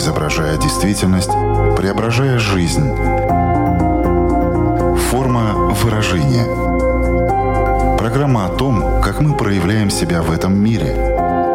изображая действительность, преображая жизнь. Форма выражения. Программа о том, как мы проявляем себя в этом мире.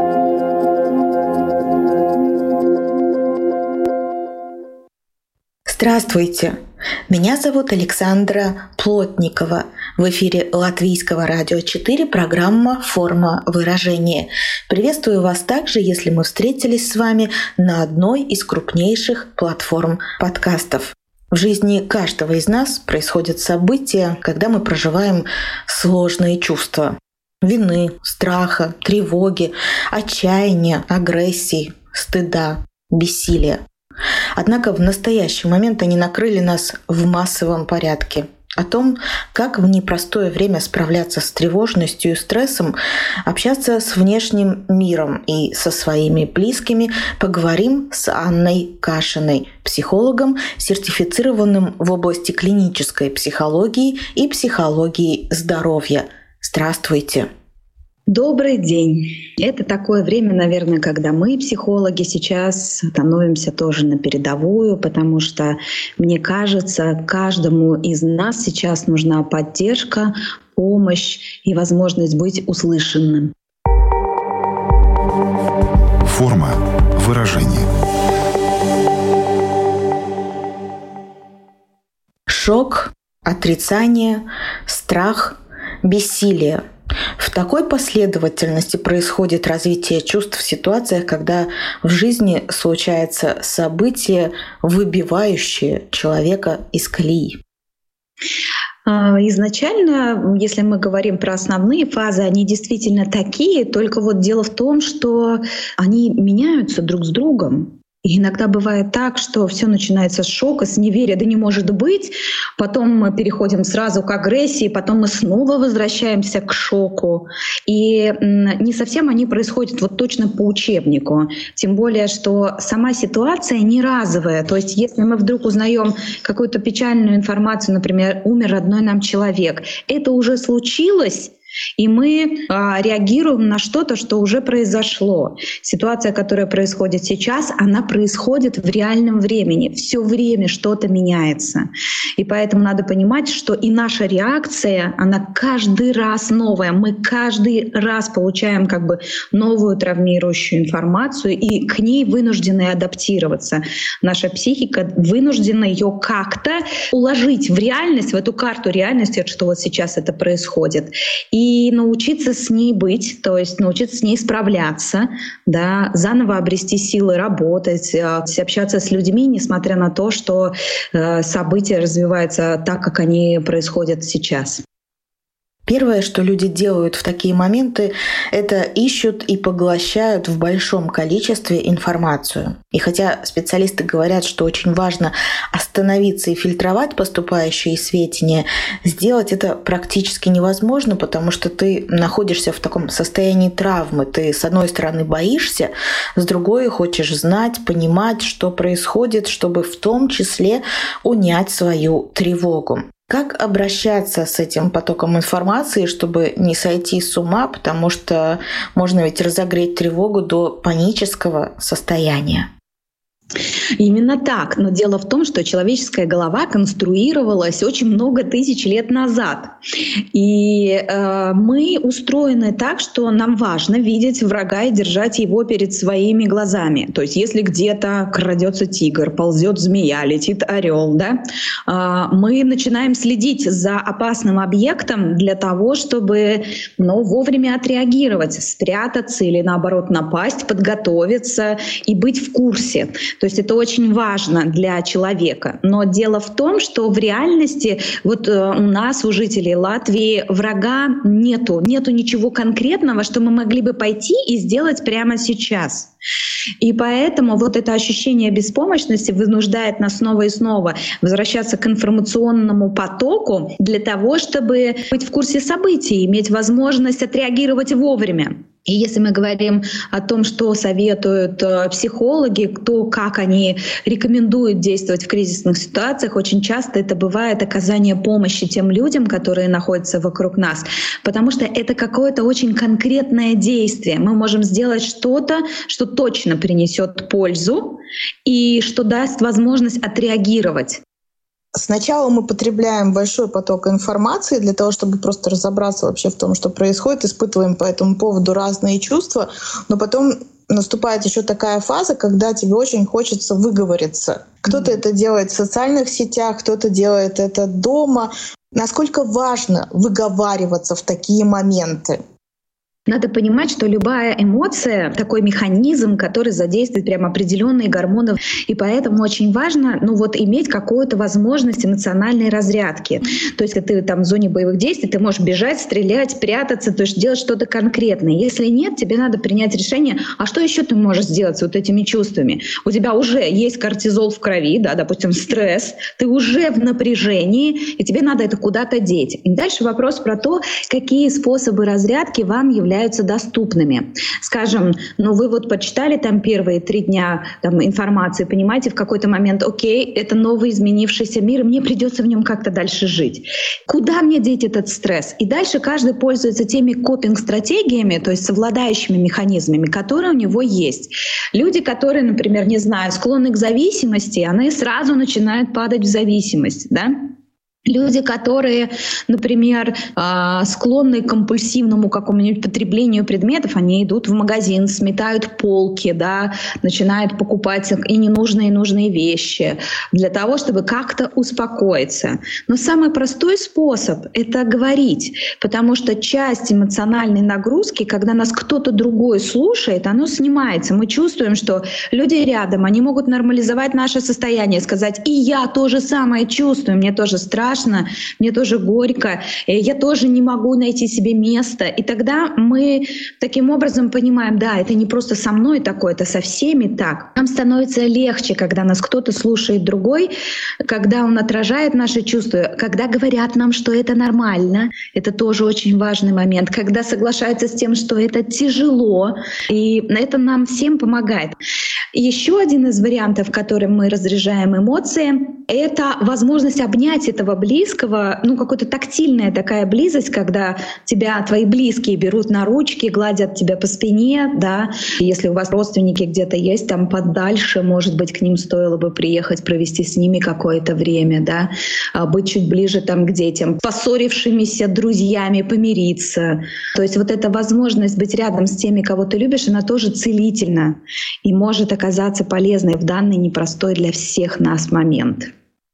Здравствуйте! Меня зовут Александра Плотникова. В эфире Латвийского радио 4 программа «Форма выражения». Приветствую вас также, если мы встретились с вами на одной из крупнейших платформ подкастов. В жизни каждого из нас происходят события, когда мы проживаем сложные чувства вины, страха, тревоги, отчаяния, агрессии, стыда, бессилия. Однако в настоящий момент они накрыли нас в массовом порядке. О том, как в непростое время справляться с тревожностью и стрессом, общаться с внешним миром и со своими близкими, поговорим с Анной Кашиной, психологом, сертифицированным в области клинической психологии и психологии здоровья. Здравствуйте! Добрый день. Это такое время, наверное, когда мы, психологи, сейчас становимся тоже на передовую, потому что, мне кажется, каждому из нас сейчас нужна поддержка, помощь и возможность быть услышанным. Форма выражения. Шок, отрицание, страх, бессилие. В такой последовательности происходит развитие чувств в ситуациях, когда в жизни случается событие, выбивающее человека из колеи. Изначально, если мы говорим про основные фазы, они действительно такие, только вот дело в том, что они меняются друг с другом. И иногда бывает так, что все начинается с шока, с неверия, да не может быть. Потом мы переходим сразу к агрессии, потом мы снова возвращаемся к шоку. И не совсем они происходят вот точно по учебнику. Тем более, что сама ситуация не разовая. То есть если мы вдруг узнаем какую-то печальную информацию, например, умер родной нам человек, это уже случилось, и мы реагируем на что-то, что уже произошло. Ситуация, которая происходит сейчас, она происходит в реальном времени. Все время что-то меняется. И поэтому надо понимать, что и наша реакция, она каждый раз новая. Мы каждый раз получаем как бы новую травмирующую информацию, и к ней вынуждены адаптироваться. Наша психика вынуждена ее как-то уложить в реальность, в эту карту реальности, что вот сейчас это происходит. И научиться с ней быть, то есть научиться с ней справляться, да, заново обрести силы работать, общаться с людьми, несмотря на то, что события развиваются так, как они происходят сейчас. Первое, что люди делают в такие моменты, это ищут и поглощают в большом количестве информацию. И хотя специалисты говорят, что очень важно остановиться и фильтровать поступающие сведения, сделать это практически невозможно, потому что ты находишься в таком состоянии травмы. Ты, с одной стороны, боишься, с другой хочешь знать, понимать, что происходит, чтобы в том числе унять свою тревогу. Как обращаться с этим потоком информации, чтобы не сойти с ума, потому что можно ведь разогреть тревогу до панического состояния? Именно так. Но дело в том, что человеческая голова конструировалась очень много тысяч лет назад. И мы устроены так, что нам важно видеть врага и держать его перед своими глазами. То есть если где-то крадется тигр, ползет змея, летит орел, да, мы начинаем следить за опасным объектом для того, чтобы вовремя отреагировать, спрятаться или наоборот напасть, подготовиться и быть в курсе. То есть это очень важно для человека. Но дело в том, что в реальности вот у нас, у жителей Латвии, врага нету ничего конкретного, что мы могли бы пойти и сделать прямо сейчас. И поэтому вот это ощущение беспомощности вынуждает нас снова и снова возвращаться к информационному потоку для того, чтобы быть в курсе событий, иметь возможность отреагировать вовремя. И если мы говорим о том, что советуют психологи, то как они рекомендуют действовать в кризисных ситуациях, очень часто это бывает оказание помощи тем людям, которые находятся вокруг нас, потому что это какое-то очень конкретное действие. Мы можем сделать что-то, что точно принесет пользу и что даст возможность отреагировать. Сначала мы потребляем большой поток информации для того, чтобы просто разобраться вообще в том, что происходит, испытываем по этому поводу разные чувства, но потом наступает еще такая фаза, когда тебе очень хочется выговориться. Кто-то это делает в социальных сетях, кто-то делает это дома. Насколько важно выговариваться в такие моменты? Надо понимать, что любая эмоция — такой механизм, который задействует прямо определенные гормоны. И поэтому очень важно иметь какую-то возможность эмоциональной разрядки. То есть, когда ты там в зоне боевых действий, ты можешь бежать, стрелять, прятаться, то есть делать что-то конкретное. Если нет, тебе надо принять решение, а что еще ты можешь сделать с вот этими чувствами? У тебя уже есть кортизол в крови, да, допустим, стресс, ты уже в напряжении, и тебе надо это куда-то деть. И дальше вопрос про то, какие способы разрядки вам являются доступными. Скажем, вы почитали там первые 3 дня информации, понимаете, в какой-то момент, окей, это новый изменившийся мир, и мне придется в нем как-то дальше жить. Куда мне деть этот стресс? И дальше каждый пользуется теми копинг-стратегиями, то есть совладающими механизмами, которые у него есть. Люди, которые, например, склонны к зависимости, они сразу начинают падать в зависимость, да? Люди, которые, например, склонны к компульсивному какому-нибудь потреблению предметов, они идут в магазин, сметают полки, да, начинают покупать и ненужные, и нужные вещи для того, чтобы как-то успокоиться. Но самый простой способ — это говорить, потому что часть эмоциональной нагрузки, когда нас кто-то другой слушает, оно снимается. Мы чувствуем, что люди рядом, они могут нормализовать наше состояние, сказать: «И я то же самое чувствую, мне тоже страшно, мне тоже горько, я тоже не могу найти себе место». И тогда мы таким образом понимаем, да, это не просто со мной такое, это со всеми так. Нам становится легче, когда нас кто-то слушает другой, когда он отражает наши чувства, когда говорят нам, что это нормально, это тоже очень важный момент, когда соглашаются с тем, что это тяжело, и это нам всем помогает. Еще один из вариантов, которым мы разряжаем эмоции, это возможность обнять этого близкого, какая-то тактильная такая близость, когда тебя твои близкие берут на ручки, гладят тебя по спине, да. Если у вас родственники где-то есть, там подальше, может быть, к ним стоило бы приехать, провести с ними какое-то время, да, быть чуть ближе там к детям, поссорившимися друзьями помириться. То есть вот эта возможность быть рядом с теми, кого ты любишь, она тоже целительна и может оказаться полезной в данный непростой для всех нас момент.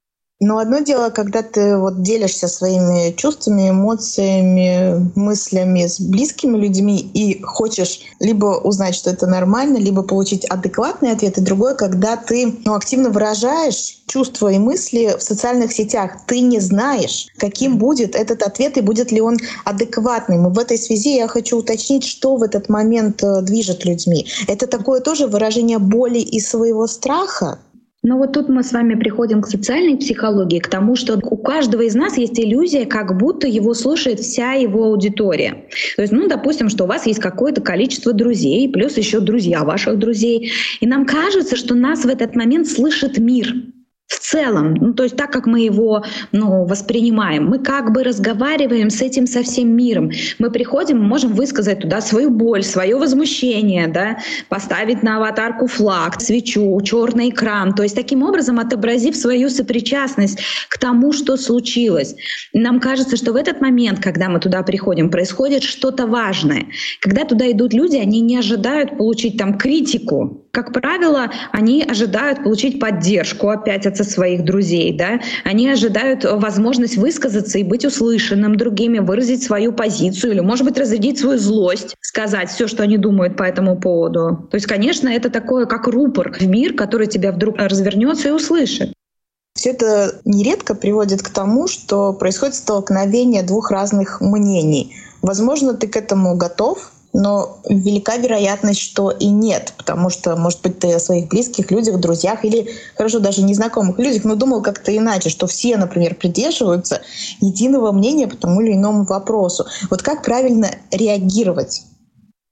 Но одно дело, когда ты делишься своими чувствами, эмоциями, мыслями с близкими людьми и хочешь либо узнать, что это нормально, либо получить адекватный ответ. И другое, когда ты активно выражаешь чувства и мысли в социальных сетях. Ты не знаешь, каким будет этот ответ и будет ли он адекватным. И в этой связи я хочу уточнить, что в этот момент движет людьми. Это такое тоже выражение боли и своего страха? Но тут мы с вами приходим к социальной психологии, к тому, что у каждого из нас есть иллюзия, как будто его слушает вся его аудитория. То есть, допустим, что у вас есть какое-то количество друзей, плюс еще друзья ваших друзей, и нам кажется, что нас в этот момент слышит мир. В целом, то есть так, как мы его воспринимаем, мы как бы разговариваем с этим со всем миром. Мы приходим, мы можем высказать туда свою боль, свое возмущение, да, поставить на аватарку флаг, свечу, черный экран. То есть таким образом отобразив свою сопричастность к тому, что случилось. Нам кажется, что в этот момент, когда мы туда приходим, происходит что-то важное. Когда туда идут люди, они не ожидают получить там критику. Как правило, они ожидают получить поддержку опять от своих друзей, да? Они ожидают возможность высказаться и быть услышанным другими, выразить свою позицию или, может быть, разрядить свою злость, сказать все, что они думают по этому поводу. То есть, конечно, это такое, как рупор в мир, который тебя вдруг развернется и услышит. Все это нередко приводит к тому, что происходит столкновение двух разных мнений. Возможно, ты к этому готов, но велика вероятность, что и нет, потому что, может быть, ты о своих близких людях, друзьях или, хорошо, даже незнакомых людях, думал как-то иначе, что все, например, придерживаются единого мнения по тому или иному вопросу. Как правильно реагировать?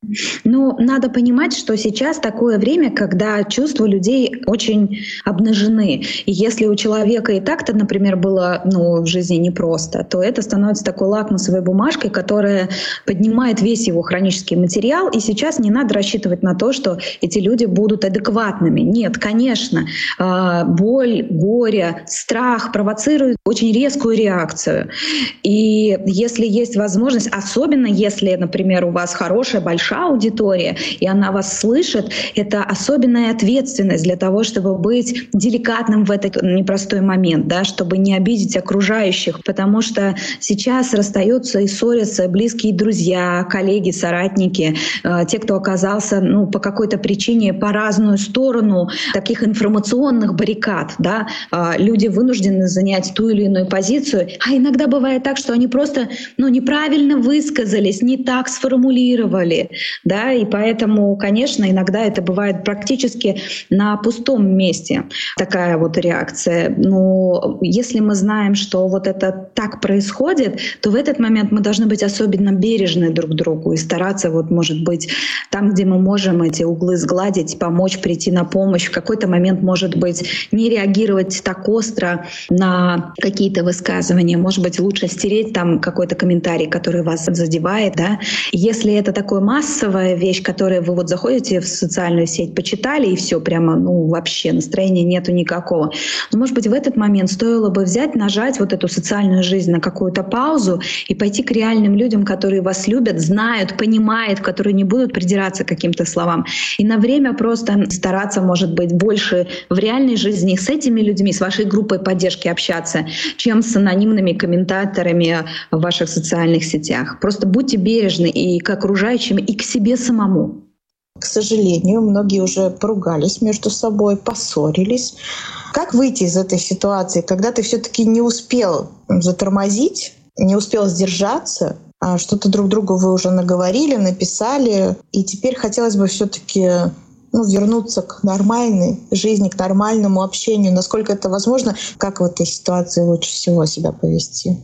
Ну, надо понимать, что сейчас такое время, когда чувства людей очень обнажены. И если у человека и так-то, например, было в жизни непросто, то это становится такой лакмусовой бумажкой, которая поднимает весь его хронический материал. И сейчас не надо рассчитывать на то, что эти люди будут адекватными. Нет, конечно, боль, горе, страх провоцируют очень резкую реакцию. И если есть возможность, особенно если, например, у вас хорошая, большая аудитория, и она вас слышит, это особенная ответственность для того, чтобы быть деликатным в этот непростой момент, да, чтобы не обидеть окружающих, потому что сейчас расстаются и ссорятся близкие друзья, коллеги, соратники, те, кто оказался по какой-то причине по разную сторону таких информационных баррикад. Да. Люди вынуждены занять ту или иную позицию, а иногда бывает так, что они просто неправильно высказались, не так сформулировали. Да, и поэтому, конечно, иногда это бывает практически на пустом месте, такая вот реакция. Но если мы знаем, что вот это так происходит, то в этот момент мы должны быть особенно бережны друг к другу и стараться, может быть, там, где мы можем эти углы сгладить, помочь, прийти на помощь. В какой-то момент, может быть, не реагировать так остро на какие-то высказывания. Может быть, лучше стереть там какой-то комментарий, который вас задевает. Да? Если это такое массовая вещь, которую вы заходите в социальную сеть, почитали, и все, прямо, вообще настроения нету никакого. Но, может быть, в этот момент стоило бы нажать эту социальную жизнь на какую-то паузу и пойти к реальным людям, которые вас любят, знают, понимают, которые не будут придираться к каким-то словам. И на время просто стараться, может быть, больше в реальной жизни с этими людьми, с вашей группой поддержки общаться, чем с анонимными комментаторами в ваших социальных сетях. Просто будьте бережны и к окружающим, и к себе самому. К сожалению, многие уже поругались между собой, поссорились. Как выйти из этой ситуации, когда ты все-таки не успел затормозить, не успел сдержаться, а что-то друг другу вы уже наговорили, написали, и теперь хотелось бы все-таки вернуться к нормальной жизни, к нормальному общению. Насколько это возможно? Как в этой ситуации лучше всего себя повести?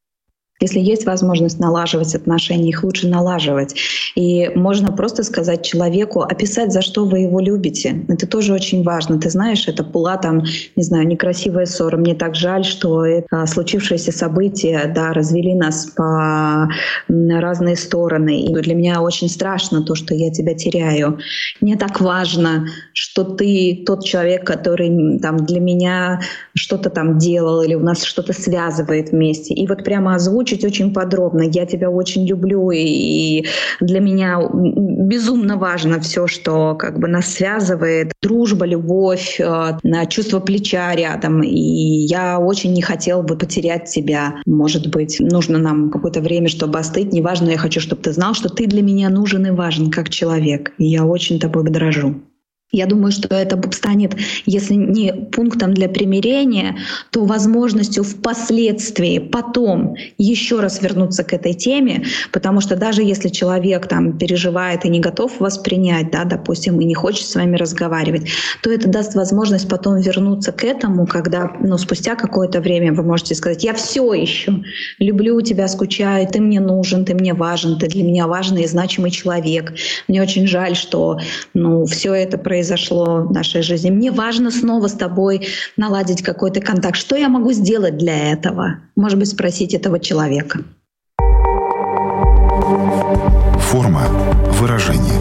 Если есть возможность налаживать отношения, их лучше налаживать. И можно просто сказать человеку, описать, за что вы его любите. Это тоже очень важно. Ты знаешь, это была некрасивая ссора. Мне так жаль, что это случившиеся события, развели нас по разные стороны. И для меня очень страшно то, что я тебя теряю. Мне так важно, что ты тот человек, который для меня что-то делал, или у нас что-то связывает вместе. И прямо озвучить очень подробно. Я тебя очень люблю, и для меня безумно важно все, что нас связывает. Дружба, любовь, чувство плеча рядом. И я очень не хотела бы потерять тебя. Может быть, нужно нам какое-то время, чтобы остыть. Неважно, я хочу, чтобы ты знал, что ты для меня нужен и важен как человек. И я очень тобой дорожу. Я думаю, что это станет, если не пунктом для примирения, то возможностью впоследствии, потом еще раз вернуться к этой теме, потому что даже если человек переживает и не готов воспринять, допустим, и не хочет с вами разговаривать, то это даст возможность потом вернуться к этому, когда спустя какое-то время вы можете сказать: «Я все еще люблю тебя, скучаю, ты мне нужен, ты мне важен, ты для меня важный и значимый человек. Мне очень жаль, что все это произошло в нашей жизни. Мне важно снова с тобой наладить какой-то контакт. Что я могу сделать для этого?» Может быть, спросить этого человека. Форма выражения.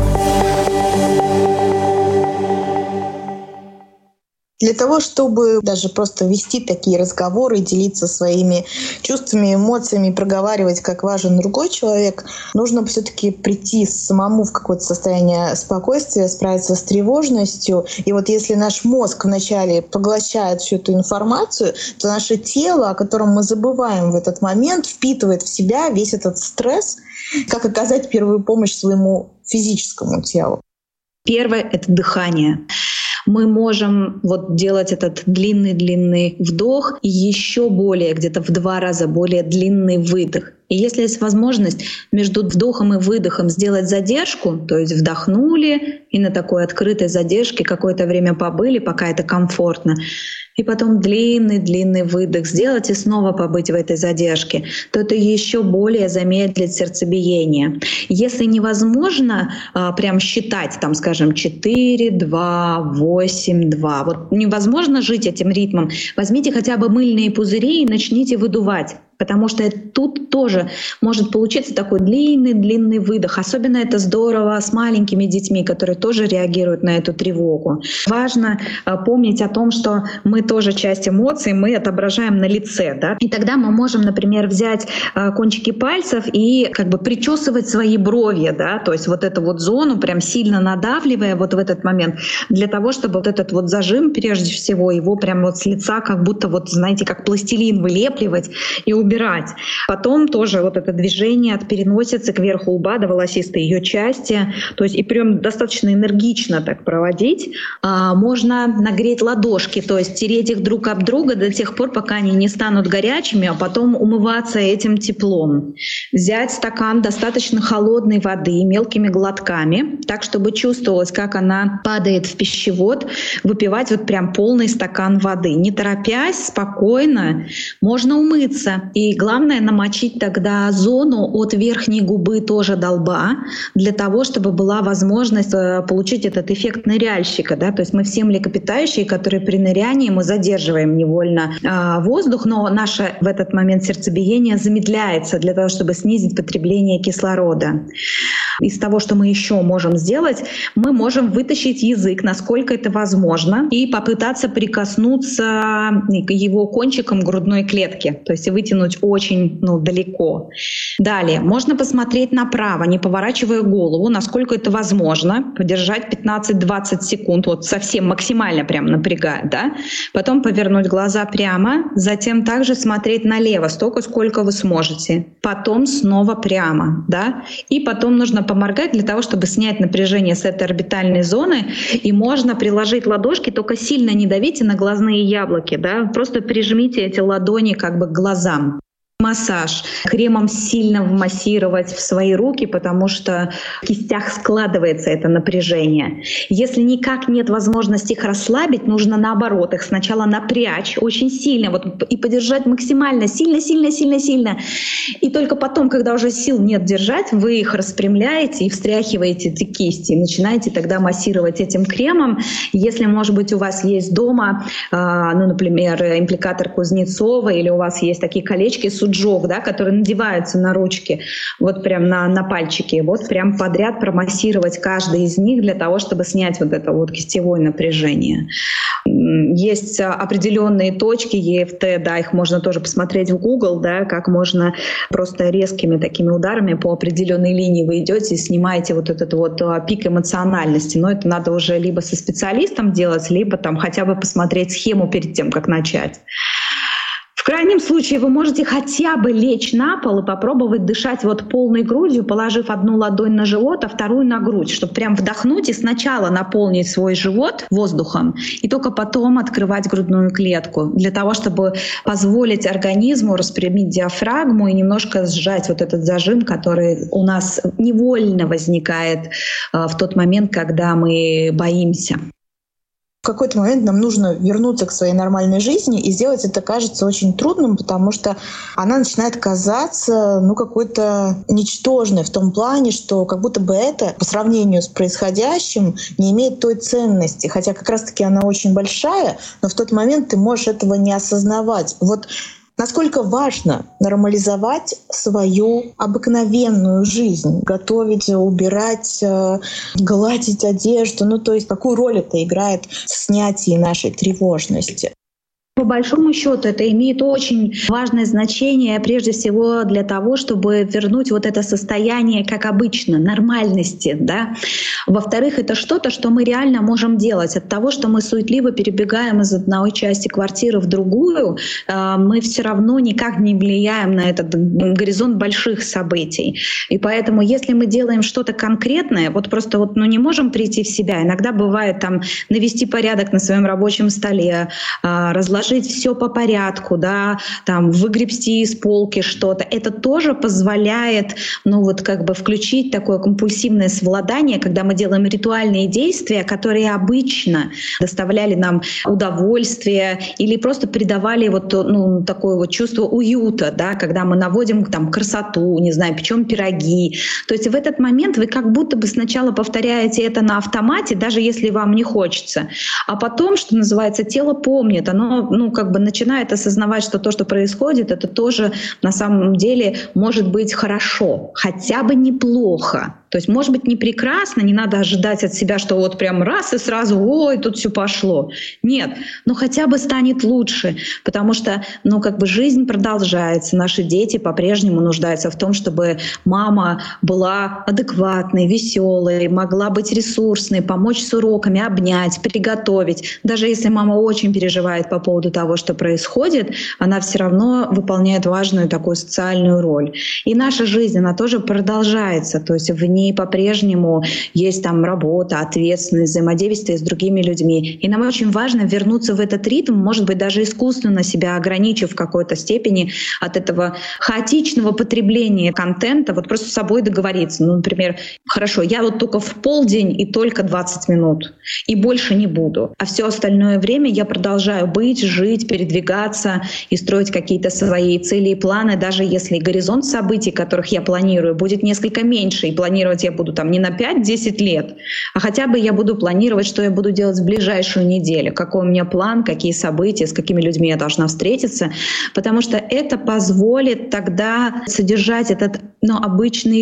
Для того, чтобы даже просто вести такие разговоры, делиться своими чувствами, эмоциями, проговаривать, как важен другой человек, нужно все-таки прийти самому в какое-то состояние спокойствия, справиться с тревожностью. И если наш мозг вначале поглощает всю эту информацию, то наше тело, о котором мы забываем в этот момент, впитывает в себя весь этот стресс, как оказать первую помощь своему физическому телу. Первое — это дыхание. Мы можем делать этот длинный-длинный вдох и еще более, где-то в 2 раза более длинный выдох. И если есть возможность между вдохом и выдохом сделать задержку, то есть вдохнули и на такой открытой задержке какое-то время побыли, пока это комфортно, и потом длинный выдох сделать и снова побыть в этой задержке, то это еще более замедлит сердцебиение. Если невозможно прям считать, там, скажем, 4, 2, 8, 2, вот невозможно жить этим ритмом, возьмите хотя бы мыльные пузыри и начните выдувать. Потому что тут тоже может получиться такой длинный выдох. Особенно это здорово с маленькими детьми, которые тоже реагируют на эту тревогу. Важно помнить о том, что мы тоже часть эмоций, мы отображаем на лице. Да? И тогда мы можем, например, взять кончики пальцев и как бы причесывать свои брови. Да? То есть вот эту вот зону прям сильно надавливая вот в этот момент, для того, чтобы вот этот вот зажим, прежде всего, его прям вот с лица как будто вот, знаете, как пластилин вылепливать и убирать. Потом тоже вот это движение от переносицы к верху лба до волосистой ее части, то есть и прям достаточно энергично так проводить. Можно нагреть ладошки, то есть тереть их друг об друга до тех пор, пока они не станут горячими, а потом умываться этим теплом. Взять стакан достаточно холодной воды мелкими глотками, так, чтобы чувствовалось, как она падает в пищевод, выпивать вот прям полный стакан воды. Не торопясь, спокойно, можно умыться. И главное намочить тогда зону от верхней губы тоже до лба, для того, чтобы была возможность получить этот эффект ныряльщика. Да? То есть мы все млекопитающие, которые при нырянии мы задерживаем невольно воздух, но наше в этот момент сердцебиение замедляется для того, чтобы снизить потребление кислорода. Из того, что мы еще можем сделать, мы можем вытащить язык, насколько это возможно, и попытаться прикоснуться его кончиком к грудной клетке, то есть вытянуть очень далеко. Далее, можно посмотреть направо, не поворачивая голову, насколько это возможно, подержать 15-20 секунд, вот совсем максимально прям напрягая, да? Потом повернуть глаза прямо, затем также смотреть налево, столько, сколько вы сможете. Потом снова прямо, да? И потом нужно поморгать для того, чтобы снять напряжение с этой орбитальной зоны, и можно приложить ладошки, только сильно не давите на глазные яблоки, да? Просто прижмите эти ладони как бы к глазам. Массаж. Кремом сильно вмассировать в свои руки, потому что в кистях складывается это напряжение. Если никак нет возможности их расслабить, нужно наоборот их сначала напрячь очень сильно вот, и подержать максимально сильно. И только потом, когда уже сил нет держать, вы их распрямляете и встряхиваете эти кисти. И начинаете тогда массировать этим кремом. Если, может быть, у вас есть дома, например, импликатор Кузнецова, или у вас есть такие колечки суджок, да, которые надеваются на ручки, вот прям на пальчики, вот прям подряд промассировать каждый из них для того, чтобы снять вот это вот кистевое напряжение. Есть определенные точки ЕФТ, да, их можно тоже посмотреть в Google, да, как можно просто резкими такими ударами по определенной линии вы идете и снимаете вот этот вот пик эмоциональности. Но это надо уже либо со специалистом делать, либо там хотя бы посмотреть схему перед тем, как начать. В крайнем случае вы можете хотя бы лечь на пол и попробовать дышать вот полной грудью, положив одну ладонь на живот, а вторую на грудь, чтобы прям вдохнуть и сначала наполнить свой живот воздухом, и только потом открывать грудную клетку, для того, чтобы позволить организму распрямить диафрагму и немножко сжать вот этот зажим, который у нас невольно возникает в тот момент, когда мы боимся. В какой-то момент нам нужно вернуться к своей нормальной жизни, и сделать это кажется очень трудным, потому что она начинает казаться какой-то ничтожной в том плане, что как будто бы это по сравнению с происходящим не имеет той ценности. Хотя как раз-таки она очень большая, но в тот момент ты можешь этого не осознавать. Вот насколько важно нормализовать свою обыкновенную жизнь, готовить, убирать, гладить одежду, то есть какую роль это играет в снятии нашей тревожности. По большому счету это имеет очень важное значение, прежде всего для того, чтобы вернуть вот это состояние, как обычно, нормальности, да? Во-вторых, это что-то, что мы реально можем делать. От того, что мы суетливо перебегаем из одной части квартиры в другую, мы все равно никак не влияем на этот горизонт больших событий. И поэтому, если мы делаем что-то конкретное, вот просто вот, не можем прийти в себя. Иногда бывает там навести порядок на своем рабочем столе, разложить все по порядку, да, там выгребсти из полки что-то. Это тоже позволяет, включить такое компульсивное совладание, когда мы делаем ритуальные действия, которые обычно доставляли нам удовольствие или просто придавали такое вот чувство уюта, да, когда мы наводим там красоту, не знаю, печем пироги. То есть в этот момент вы как будто бы сначала повторяете это на автомате, даже если вам не хочется, а потом, что называется, тело помнит, оно начинает осознавать, что то, что происходит, это тоже на самом деле может быть хорошо, хотя бы неплохо. То есть, может быть, не прекрасно, не надо ожидать от себя, что вот прям раз и сразу, ой, тут все пошло. Нет, но хотя бы станет лучше, потому что, жизнь продолжается. Наши дети по-прежнему нуждаются в том, чтобы мама была адекватной, веселой, могла быть ресурсной, помочь с уроками, обнять, приготовить. Даже если мама очень переживает по поводу того, что происходит, она все равно выполняет важную такую социальную роль. И наша жизнь, она тоже продолжается. То есть в ней по-прежнему есть там работа, ответственность, взаимодействие с другими людьми. И нам очень важно вернуться в этот ритм, может быть, даже искусственно себя ограничив в какой-то степени от этого хаотичного потребления контента, вот просто с собой договориться. Например, хорошо, я вот только в полдень и только 20 минут, и больше не буду. А все остальное время я продолжаю быть, жить, передвигаться и строить какие-то свои цели и планы, даже если горизонт событий, которых я планирую, будет несколько меньше, и планировать я буду там не на 5-10 лет, а хотя бы я буду планировать, что я буду делать в ближайшую неделю, какой у меня план, какие события, с какими людьми я должна встретиться, потому что это позволит тогда содержать этот обычный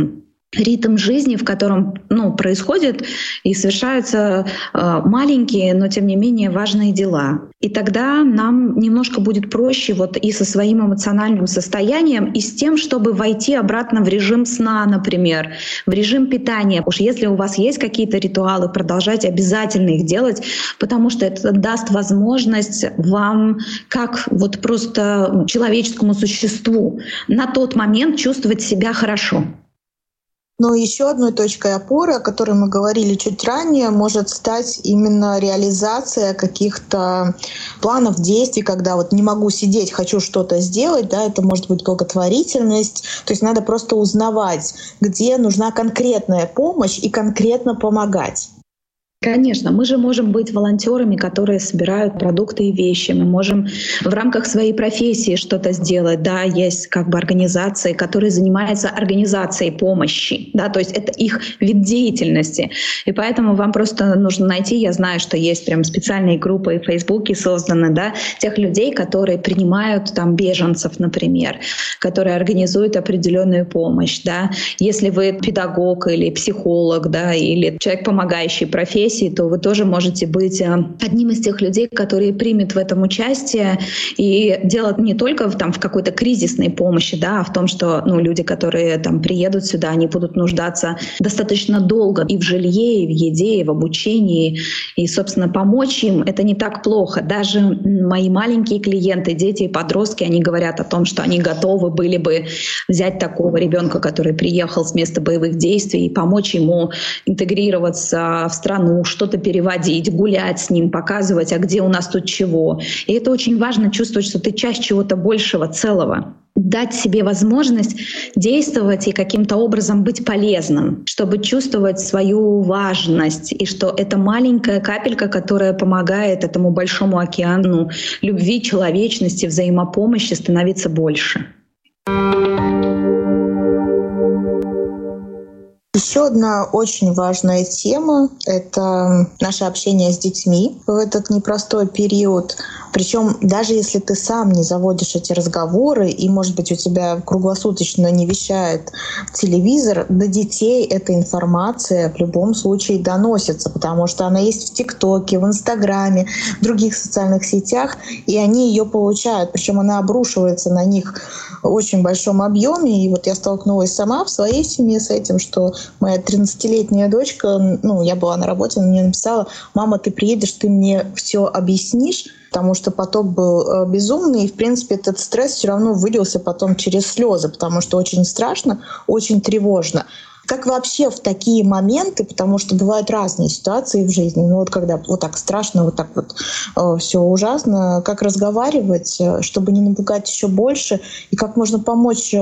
ритм жизни, в котором происходят и совершаются маленькие, но тем не менее важные дела. И тогда нам немножко будет проще и со своим эмоциональным состоянием, и с тем, чтобы войти обратно в режим сна, например, в режим питания. Уж если у вас есть какие-то ритуалы, продолжайте обязательно их делать, потому что это даст возможность вам, как просто человеческому существу, на тот момент чувствовать себя хорошо. Но еще одной точкой опоры, о которой мы говорили чуть ранее, может стать именно реализация каких-то планов действий, когда не могу сидеть, хочу что-то сделать, да, это может быть благотворительность. То есть надо просто узнавать, где нужна конкретная помощь и конкретно помогать. Конечно, мы же можем быть волонтерами, которые собирают продукты и вещи. Мы можем в рамках своей профессии что-то сделать. Да, есть организации, которые занимаются организацией помощи. Да, то есть это их вид деятельности. И поэтому вам просто нужно найти, я знаю, что есть прям специальные группы в Фейсбуке созданы, да, тех людей, которые принимают там беженцев, например, которые организуют определенную помощь. Да. Если вы педагог или психолог, да, или человек, помогающий профессии, то вы тоже можете быть одним из тех людей, которые примут в этом участие. И дело не только в какой-то кризисной помощи, да, а в том, что люди, которые приедут сюда, они будут нуждаться достаточно долго и в жилье, и в еде, и в обучении. И, собственно, помочь им — это не так плохо. Даже мои маленькие клиенты, дети и подростки, они говорят о том, что они готовы были бы взять такого ребенка, который приехал с места боевых действий, и помочь ему интегрироваться в страну, что-то переводить, гулять с ним, показывать, а где у нас тут чего. И это очень важно, чувствовать, что ты часть чего-то большего, целого. Дать себе возможность действовать и каким-то образом быть полезным, чтобы чувствовать свою важность, и что это маленькая капелька, которая помогает этому большому океану любви, человечности, взаимопомощи становиться больше. Еще одна очень важная тема — это наше общение с детьми в этот непростой период. Причем даже если ты сам не заводишь эти разговоры, и, может быть, у тебя круглосуточно не вещает телевизор, до детей эта информация в любом случае доносится, потому что она есть в ТикТоке, в Инстаграме, в других социальных сетях, и они ее получают. Причем она обрушивается на них в очень большом объеме. И я столкнулась сама в своей семье с этим, что моя 13-летняя дочка, я была на работе, она мне написала: «Мама, ты приедешь, ты мне все объяснишь», потому что поток был безумный, и, в принципе, этот стресс все равно вылился потом через слезы, потому что очень страшно, очень тревожно. Как вообще в такие моменты, потому что бывают разные ситуации в жизни, когда вот так страшно, вот так вот все ужасно, как разговаривать, чтобы не напугать еще больше, и как можно помочь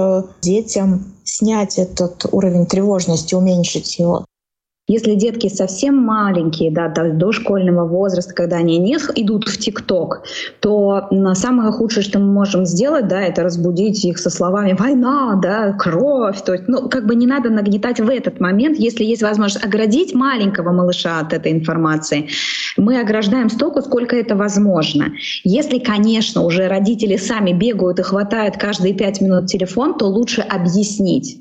детям снять этот уровень тревожности, уменьшить его? Если детки совсем маленькие, до дошкольного возраста, когда они не идут в ТикТок, то самое худшее, что мы можем сделать, это разбудить их со словами «война», «кровь». То есть, не надо нагнетать в этот момент. Если есть возможность оградить маленького малыша от этой информации, мы ограждаем столько, сколько это возможно. Если, конечно, уже родители сами бегают и хватают каждые 5 минут телефон, то лучше объяснить.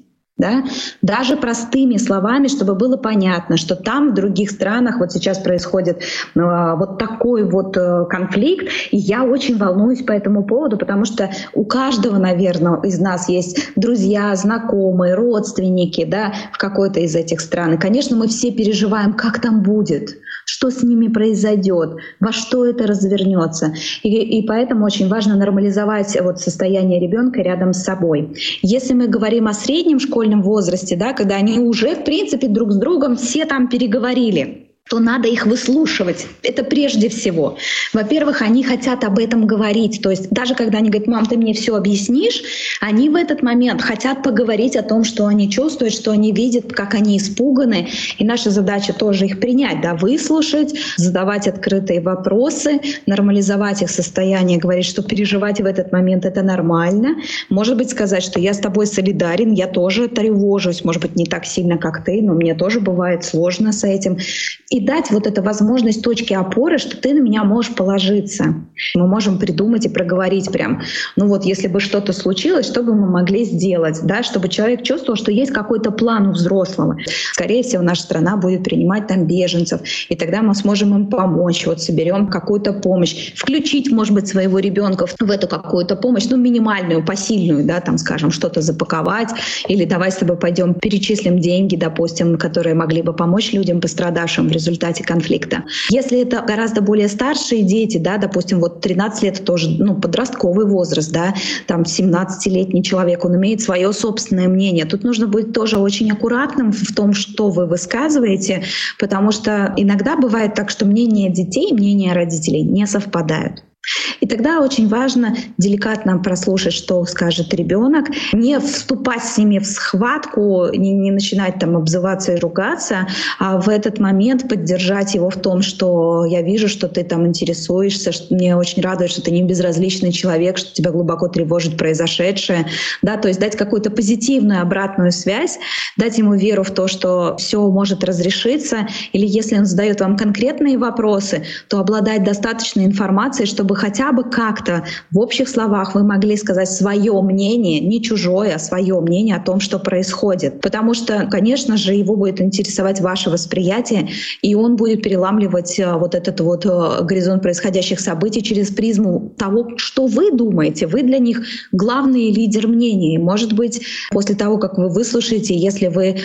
Даже простыми словами, чтобы было понятно, что там в других странах вот сейчас происходит вот такой вот конфликт, и я очень волнуюсь по этому поводу, потому что у каждого, наверное, из нас есть друзья, знакомые, родственники, в какой-то из этих стран. И, конечно, мы все переживаем, как там будет, что с ними произойдет, во что это развернется. И поэтому очень важно нормализовать состояние ребенка рядом с собой. Если мы говорим о среднем школьном возрасте, когда они уже, в принципе, друг с другом все там переговорили, то надо их выслушивать. Это прежде всего. Во-первых, они хотят об этом говорить. То есть даже когда они говорят: «Мам, ты мне все объяснишь», они в этот момент хотят поговорить о том, что они чувствуют, что они видят, как они испуганы. И наша задача тоже их принять, выслушать, задавать открытые вопросы, нормализовать их состояние, говорить, что переживать в этот момент — это нормально. Может быть, сказать, что я с тобой солидарен, я тоже тревожусь, может быть, не так сильно, как ты, но мне тоже бывает сложно с этим. И дать эту возможность точки опоры, что ты на меня можешь положиться. Мы можем придумать и проговорить прям. Если бы что-то случилось, что бы мы могли сделать, чтобы человек чувствовал, что есть какой-то план у взрослого. Скорее всего, наша страна будет принимать там беженцев, и тогда мы сможем им помочь, соберем какую-то помощь, включить, может быть, своего ребенка в эту какую-то помощь, минимальную, посильную, скажем, что-то запаковать, или давай с тобой пойдем перечислим деньги, допустим, которые могли бы помочь людям, пострадавшим в результате конфликта. Если это гораздо более старшие дети, допустим, 13 лет тоже подростковый возраст, там 17-летний человек, он имеет свое собственное мнение. Тут нужно быть тоже очень аккуратным в том, что вы высказываете, потому что иногда бывает так, что мнения детей и мнения родителей не совпадают. И тогда очень важно деликатно прослушать, что скажет ребенок, не вступать с ними в схватку, не начинать там обзываться и ругаться, а в этот момент поддержать его в том, что я вижу, что ты там интересуешься, что мне очень радует, что ты не безразличный человек, что тебя глубоко тревожит произошедшее, то есть дать какую-то позитивную обратную связь, дать ему веру в то, что все может разрешиться, или если он задает вам конкретные вопросы, то обладать достаточной информацией, чтобы хотя бы как-то в общих словах вы могли сказать свое мнение, не чужое, а свое мнение о том, что происходит. Потому что, конечно же, его будет интересовать ваше восприятие, и он будет переламливать этот горизонт происходящих событий через призму того, что вы думаете. Вы для них главный лидер мнения. И, может быть, после того, как вы выслушаете, если вы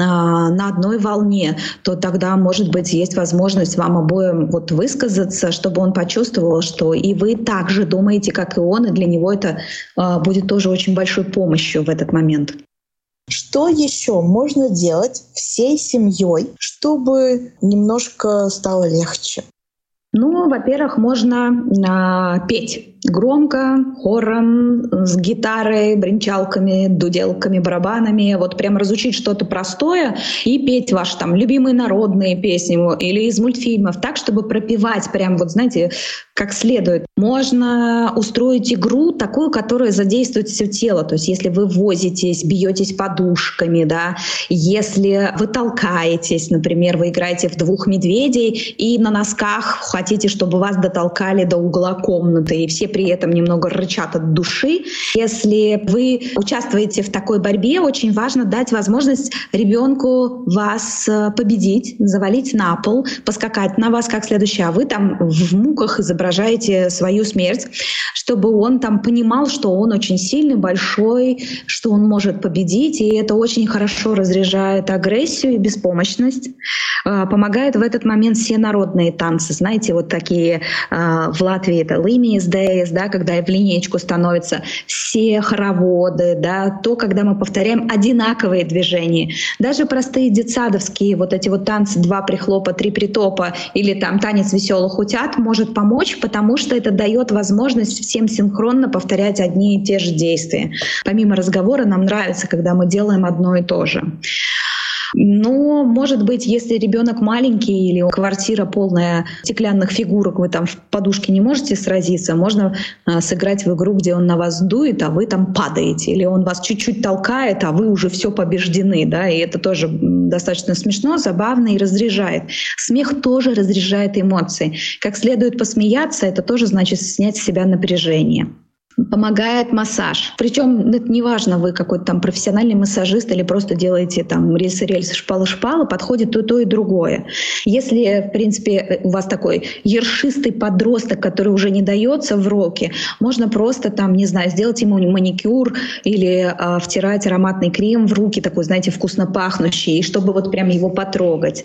на одной волне, то тогда, может быть, есть возможность вам обоим высказаться, чтобы он почувствовал, что и вы также думаете, как и он, и для него это будет тоже очень большой помощью в этот момент. Что еще можно делать всей семьей, чтобы немножко стало легче? Во-первых, можно петь громко, хором, с гитарой, бренчалками, дуделками, барабанами. Прям разучить что-то простое и петь ваши там любимые народные песни или из мультфильмов так, чтобы пропевать прям, как следует. Можно устроить игру такую, которая задействует все тело. То есть если вы возитесь, бьетесь подушками, если вы толкаетесь, например, вы играете в 2 медведей и на носках хотите, чтобы вас дотолкали до угла комнаты, и все при этом немного рычат от души. Если вы участвуете в такой борьбе, очень важно дать возможность ребенку вас победить, завалить на пол, поскакать на вас как следующее, а вы там в муках изображаете свою смерть, чтобы он там понимал, что он очень сильный, большой, что он может победить, и это очень хорошо разряжает агрессию и беспомощность. Помогает в этот момент все народные танцы. Знаете, вот такие в Латвии это лимиес дейс, да, когда в линеечку становятся все хороводы, да, то, когда мы повторяем одинаковые движения. Даже простые детсадовские вот эти вот танцы 2 прихлопа, 3 притопа или там танец веселых утят может помочь, потому что это дает возможность всем синхронно повторять одни и те же действия. Помимо разговора нам нравится, когда мы делаем одно и то же. Но, может быть, если ребенок маленький или квартира полная стеклянных фигурок, вы там в подушке не можете сразиться, можно сыграть в игру, где он на вас дует, а вы там падаете, или он вас чуть-чуть толкает, а вы уже все побеждены, да, и это тоже достаточно смешно, забавно и разряжает. Смех тоже разряжает эмоции. Как следует посмеяться, это тоже значит снять с себя напряжение. Помогает массаж. Причем это не важно, вы какой-то там профессиональный массажист или просто делаете там рельсы, шпалы, подходит то и другое. Если, в принципе, у вас такой ершистый подросток, который уже не дается в роке, можно просто там, не знаю, сделать ему маникюр или втирать ароматный крем в руки, такой, знаете, вкусно пахнущий, чтобы вот прям его потрогать.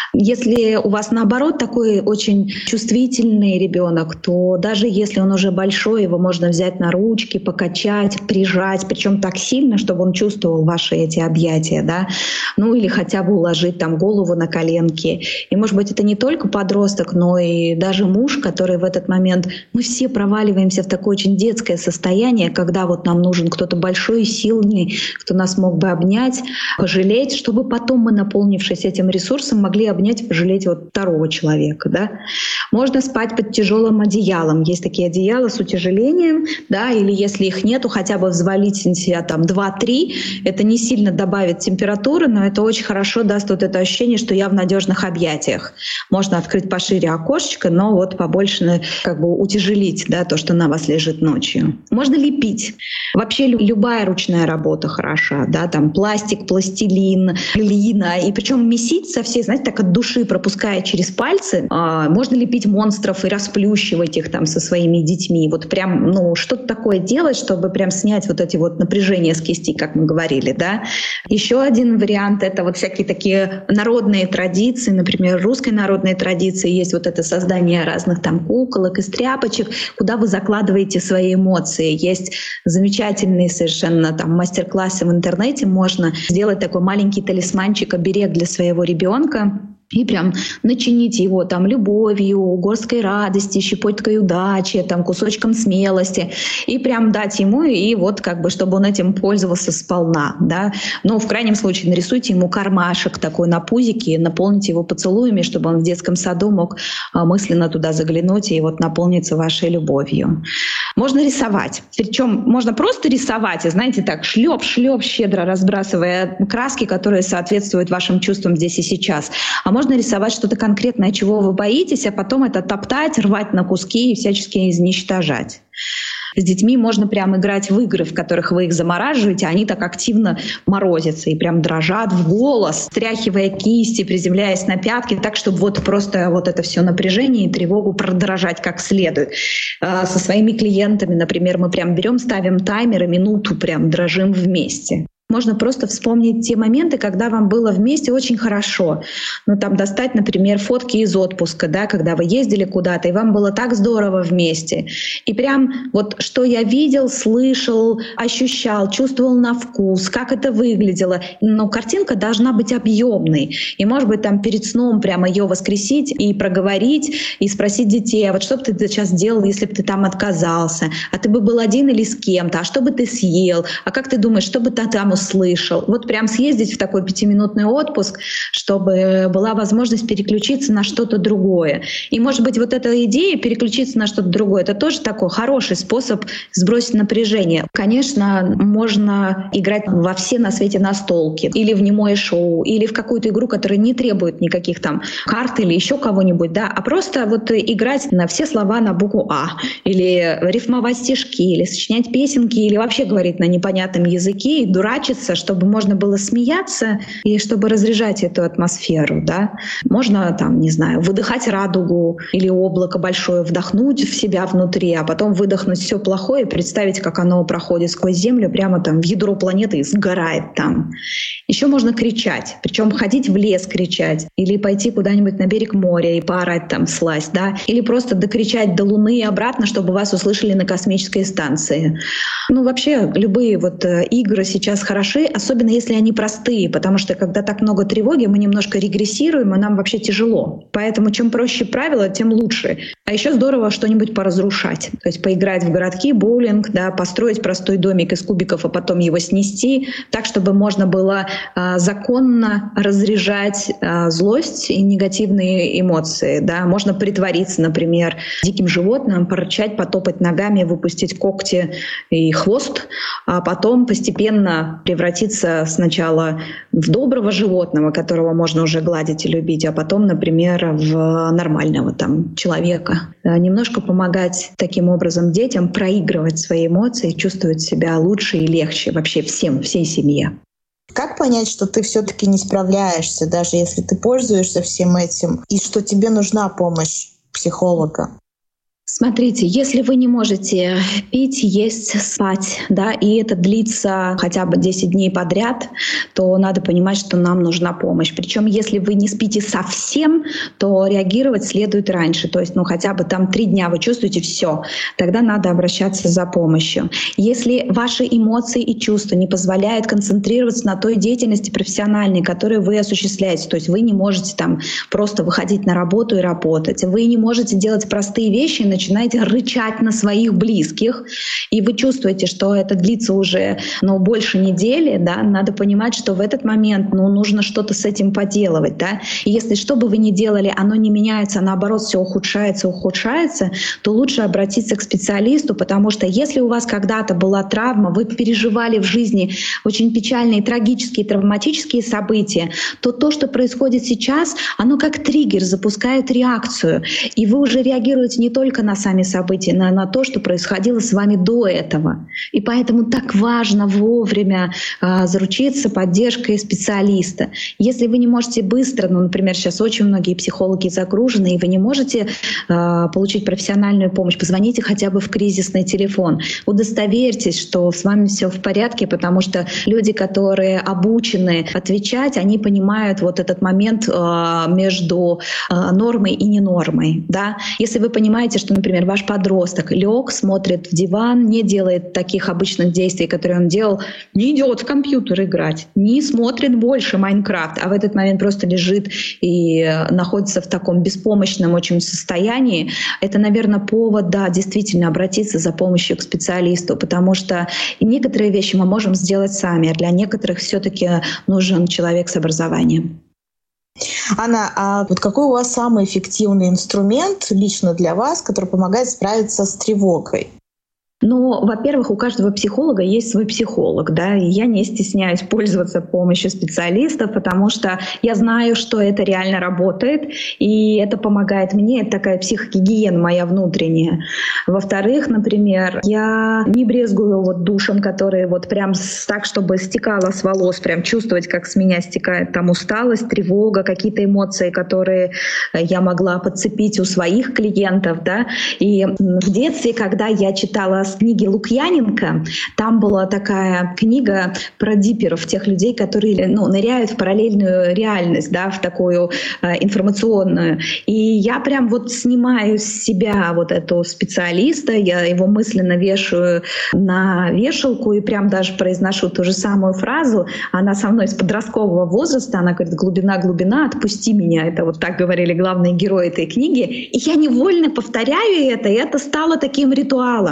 Если у вас, наоборот, такой очень чувствительный ребенок, то даже если он уже большой, его можно взять на ручки, покачать, прижать, причем так сильно, чтобы он чувствовал ваши эти объятия, да, ну или хотя бы уложить там голову на коленки. И, может быть, это не только подросток, но и даже муж, который в этот момент, мы все проваливаемся в такое очень детское состояние, когда вот нам нужен кто-то большой и сильный, кто нас мог бы обнять, пожалеть, чтобы потом мы, наполнившись этим ресурсом, могли обнять и пожалеть вот второго человека, да. Можно спать под тяжелым одеялом. Есть такие одеяла с утяжелением, да, или если их нету, хотя бы взвалить на себя там 2-3, это не сильно добавит температуры, но это очень хорошо даст вот это ощущение, что я в надежных объятиях. Можно открыть пошире окошечко, но вот побольше как бы утяжелить, да, то, что на вас лежит ночью. Можно лепить. Вообще любая ручная работа хороша, да, там пластик, пластилин, глина, и причем месить со всей, знаете, так от души пропуская через пальцы, можно лепить монстров и расплющивать их там со своими детьми. Вот прям, ну, что-то такое делать, чтобы прям снять вот эти вот напряжения с кисти, как мы говорили, да. Еще один вариант — это вот всякие такие народные традиции, например, русской народной традиции есть вот это создание разных там куколок из тряпочек, куда вы закладываете свои эмоции. Есть замечательные совершенно там мастер-классы в интернете, можно сделать такой маленький талисманчик, оберег для своего ребенка. И прям начинить его там любовью, горсткой радости, щепоткой удачи, там кусочком смелости, и прям дать ему, и вот как бы, чтобы он этим пользовался сполна, да. Но в крайнем случае нарисуйте ему кармашек такой на пузике, наполните его поцелуями, чтобы он в детском саду мог мысленно туда заглянуть и вот наполниться вашей любовью. Можно рисовать. Причем можно просто рисовать, и знаете, так шлеп, щедро разбрасывая краски, которые соответствуют вашим чувствам здесь и сейчас. А можно рисовать что-то конкретное, чего вы боитесь, а потом это топтать, рвать на куски и всячески изничтожать. С детьми можно прям играть в игры, в которых вы их замораживаете, они так активно морозятся и прям дрожат в голос, стряхивая кисти, приземляясь на пятки, так, чтобы вот просто вот это все напряжение и тревогу продрожать как следует. Со своими клиентами, например, мы прям берем, ставим таймер и минуту прям дрожим вместе. Можно просто вспомнить те моменты, когда вам было вместе очень хорошо. Ну, там достать, например, фотки из отпуска, да, когда вы ездили куда-то, и вам было так здорово вместе. И прям вот что я видел, слышал, ощущал, чувствовал на вкус, как это выглядело. Но картинка должна быть объемной. И, может быть, там перед сном прямо ее воскресить и проговорить, и спросить детей, а вот что бы ты сейчас делал, если бы ты там отказался? А ты бы был один или с кем-то? А что бы ты съел? А как ты думаешь, что бы ты там услышал. Вот прям съездить в такой 5-минутный отпуск, чтобы была возможность переключиться на что-то другое. И, может быть, вот эта идея переключиться на что-то другое, это тоже такой хороший способ сбросить напряжение. Конечно, можно играть во все на свете настолки, или в немое шоу, или в какую-то игру, которая не требует никаких там карт или еще кого-нибудь, да, а просто вот играть на все слова на букву «А», или рифмовать стишки, или сочинять песенки, или вообще говорить на непонятном языке и дурачиться, чтобы можно было смеяться и чтобы разряжать эту атмосферу, да. Можно там, не знаю, выдыхать радугу или облако большое, вдохнуть в себя внутри, а потом выдохнуть все плохое и представить, как оно проходит сквозь Землю прямо там в ядро планеты и сгорает там. Еще можно кричать, причем ходить в лес кричать, или пойти куда-нибудь на берег моря и поорать там всласть, да, или просто докричать до Луны и обратно, чтобы вас услышали на космической станции. Ну, вообще, любые вот игры сейчас хороши, особенно если они простые, потому что когда так много тревоги, мы немножко регрессируем, и нам вообще тяжело. Поэтому чем проще правила, тем лучше. А еще здорово что-нибудь поразрушать. То есть поиграть в городки, боулинг, да, построить простой домик из кубиков, а потом его снести, так, чтобы можно было законно разряжать злость и негативные эмоции. Да. Можно притвориться, например, диким животным, порычать, потопать ногами, выпустить когти и хвост, а потом постепенно превратиться сначала в доброго животного, которого можно уже гладить и любить, а потом, например, в нормального там человека. Немножко помогать таким образом детям проигрывать свои эмоции, чувствовать себя лучше и легче вообще всей семье. Как понять, что ты все-таки не справляешься, даже если ты пользуешься всем этим, и что тебе нужна помощь психолога? Смотрите, если вы не можете пить, есть, спать, да, и это длится хотя бы 10 дней подряд, то надо понимать, что нам нужна помощь. Причем, если вы не спите совсем, то реагировать следует раньше. То есть, хотя бы там 3 дня вы чувствуете все, тогда надо обращаться за помощью. Если ваши эмоции и чувства не позволяют концентрироваться на той деятельности профессиональной, которую вы осуществляете, то есть вы не можете там просто выходить на работу и работать, вы не можете делать простые вещи, начинаете рычать на своих близких, и вы чувствуете, что это длится уже больше недели, да, надо понимать, что в этот момент нужно что-то с этим поделывать. Да? И если что бы вы ни делали, оно не меняется, а наоборот все ухудшается, то лучше обратиться к специалисту, потому что если у вас когда-то была травма, вы переживали в жизни очень печальные, трагические, травматические события, то, что происходит сейчас, оно как триггер запускает реакцию, и вы уже реагируете не только на сами события, но на то, что происходило с вами до этого. И поэтому так важно вовремя заручиться поддержкой специалиста. Если вы не можете быстро, например, сейчас очень многие психологи загружены, и вы не можете получить профессиональную помощь, позвоните хотя бы в кризисный телефон. Удостоверьтесь, что с вами все в порядке, потому что люди, которые обучены отвечать, они понимают вот этот момент между нормой и ненормой. Да? Если вы понимаете, что, например, ваш подросток лег, смотрит в диван, не делает таких обычных действий, которые он делал, не идет в компьютер играть, не смотрит больше Майнкрафт, а в этот момент просто лежит и находится в таком беспомощном очень состоянии, это, наверное, повод, да, действительно обратиться за помощью к специалисту, потому что некоторые вещи мы можем сделать сами, а для некоторых все-таки нужен человек с образованием. Анна, а вот какой у вас самый эффективный инструмент лично для вас, который помогает справиться с тревогой? Во-первых, у каждого психолога есть свой психолог, да, и я не стесняюсь пользоваться помощью специалистов, потому что я знаю, что это реально работает, и это помогает мне, это такая психогигиена моя внутренняя. Во-вторых, например, я не брезгую душем, который прям так, чтобы стекало с волос, прям чувствовать, как с меня стекает там усталость, тревога, какие-то эмоции, которые я могла подцепить у своих клиентов, да. И в детстве, когда я читала книги Лукьяненко, там была такая книга про диперов, тех людей, которые ныряют в параллельную реальность, да, в такую информационную. И я прям снимаю с себя эту специалиста, я его мысленно вешаю на вешалку и прям даже произношу ту же самую фразу. Она со мной с подросткового возраста, она говорит: «Глубина, глубина, отпусти меня». Это так говорили главные герои этой книги. И я невольно повторяю это, и это стало таким ритуалом.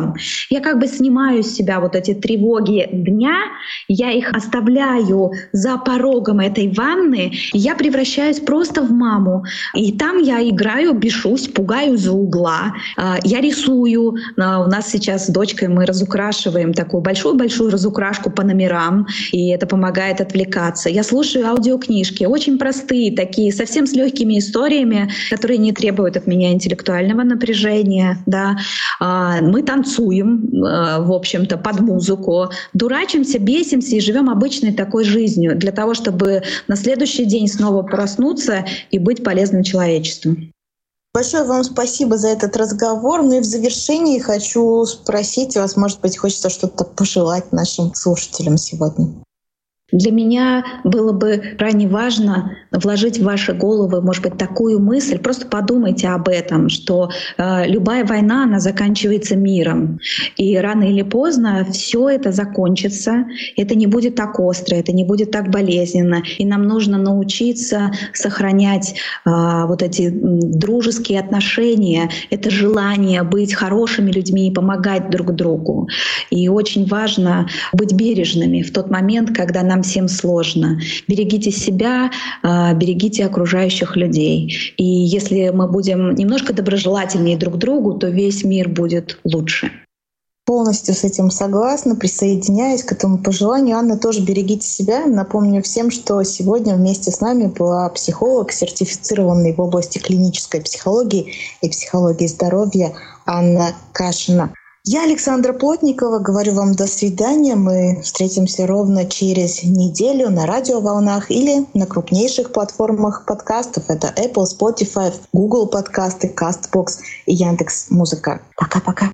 Я как бы снимаю с себя вот эти тревоги дня, я их оставляю за порогом этой ванны, и я превращаюсь просто в маму. И там я играю, бешусь, пугаю из-за угла, я рисую. У нас сейчас с дочкой мы разукрашиваем такую большую-большую разукрашку по номерам, и это помогает отвлекаться. Я слушаю аудиокнижки, очень простые такие, совсем с легкими историями, которые не требуют от меня интеллектуального напряжения. Да. Мы танцуем, в общем-то, под музыку, дурачимся, бесимся и живем обычной такой жизнью для того, чтобы на следующий день снова проснуться и быть полезным человечеству. Большое вам спасибо за этот разговор. Ну и в завершении хочу спросить вас, может быть, хочется что-то пожелать нашим слушателям сегодня? Для меня было бы крайне важно вложить в ваши головы, может быть, такую мысль. Просто подумайте об этом, что любая война, она заканчивается миром. И рано или поздно все это закончится. Это не будет так остро, это не будет так болезненно. И нам нужно научиться сохранять вот эти дружеские отношения, это желание быть хорошими людьми и помогать друг другу. И очень важно быть бережными в тот момент, когда нам всем сложно. Берегите себя, берегите окружающих людей. И если мы будем немножко доброжелательнее друг к другу, то весь мир будет лучше. Полностью с этим согласна, присоединяюсь к этому пожеланию. Анна, тоже берегите себя. Напомню всем, что сегодня вместе с нами была психолог, сертифицированный в области клинической психологии и психологии здоровья Анна Кашина. Я, Александра Плотникова, говорю вам до свидания. Мы встретимся ровно через неделю на радиоволнах или на крупнейших платформах подкастов. Это Apple, Spotify, Google подкасты, CastBox и Яндекс.Музыка. Пока-пока.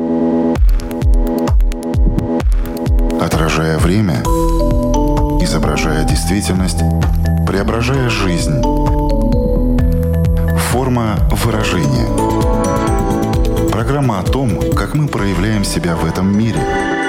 Отражая время, изображая действительность, преображая жизнь. Форма выражения. Программа о том, как мы проявляем себя в этом мире –